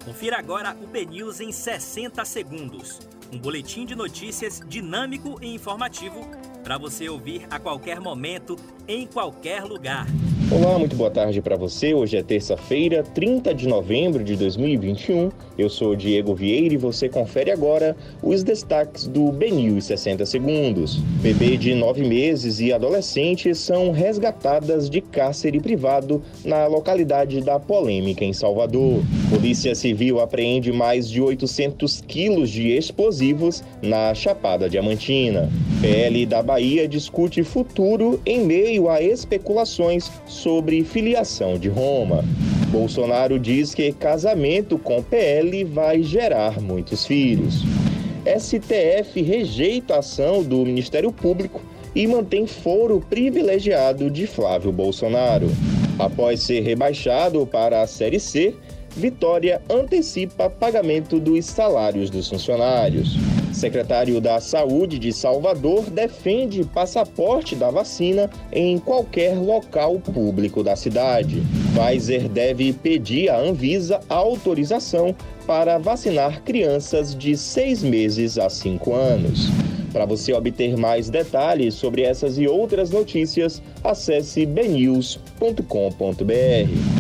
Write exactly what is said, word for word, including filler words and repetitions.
Confira agora o B News em sessenta segundos. Um boletim de notícias dinâmico e informativo para você ouvir a qualquer momento, em qualquer lugar. Olá, muito boa tarde para você. Hoje é terça-feira, trinta de novembro de dois mil e vinte e um. Eu sou Diego Vieira e você confere agora os destaques do B News sessenta segundos. Bebê de nove meses e adolescentes são resgatadas de cárcere privado na localidade da Polêmica, em Salvador. Polícia Civil apreende mais de oitocentos quilos de explosivos na Chapada Diamantina. P L da Bahia discute futuro em meio a especulações sobre filiação de Roma. Bolsonaro diz que casamento com P L vai gerar muitos filhos. S T F rejeita a ação do Ministério Público e mantém foro privilegiado de Flávio Bolsonaro. Após ser rebaixado para a Série C, Vitória antecipa pagamento dos salários dos funcionários. Secretário da Saúde de Salvador defende passaporte da vacina em qualquer local público da cidade. Pfizer deve pedir à Anvisa autorização para vacinar crianças de seis meses a cinco anos. Para você obter mais detalhes sobre essas e outras notícias, acesse b news ponto com ponto b r.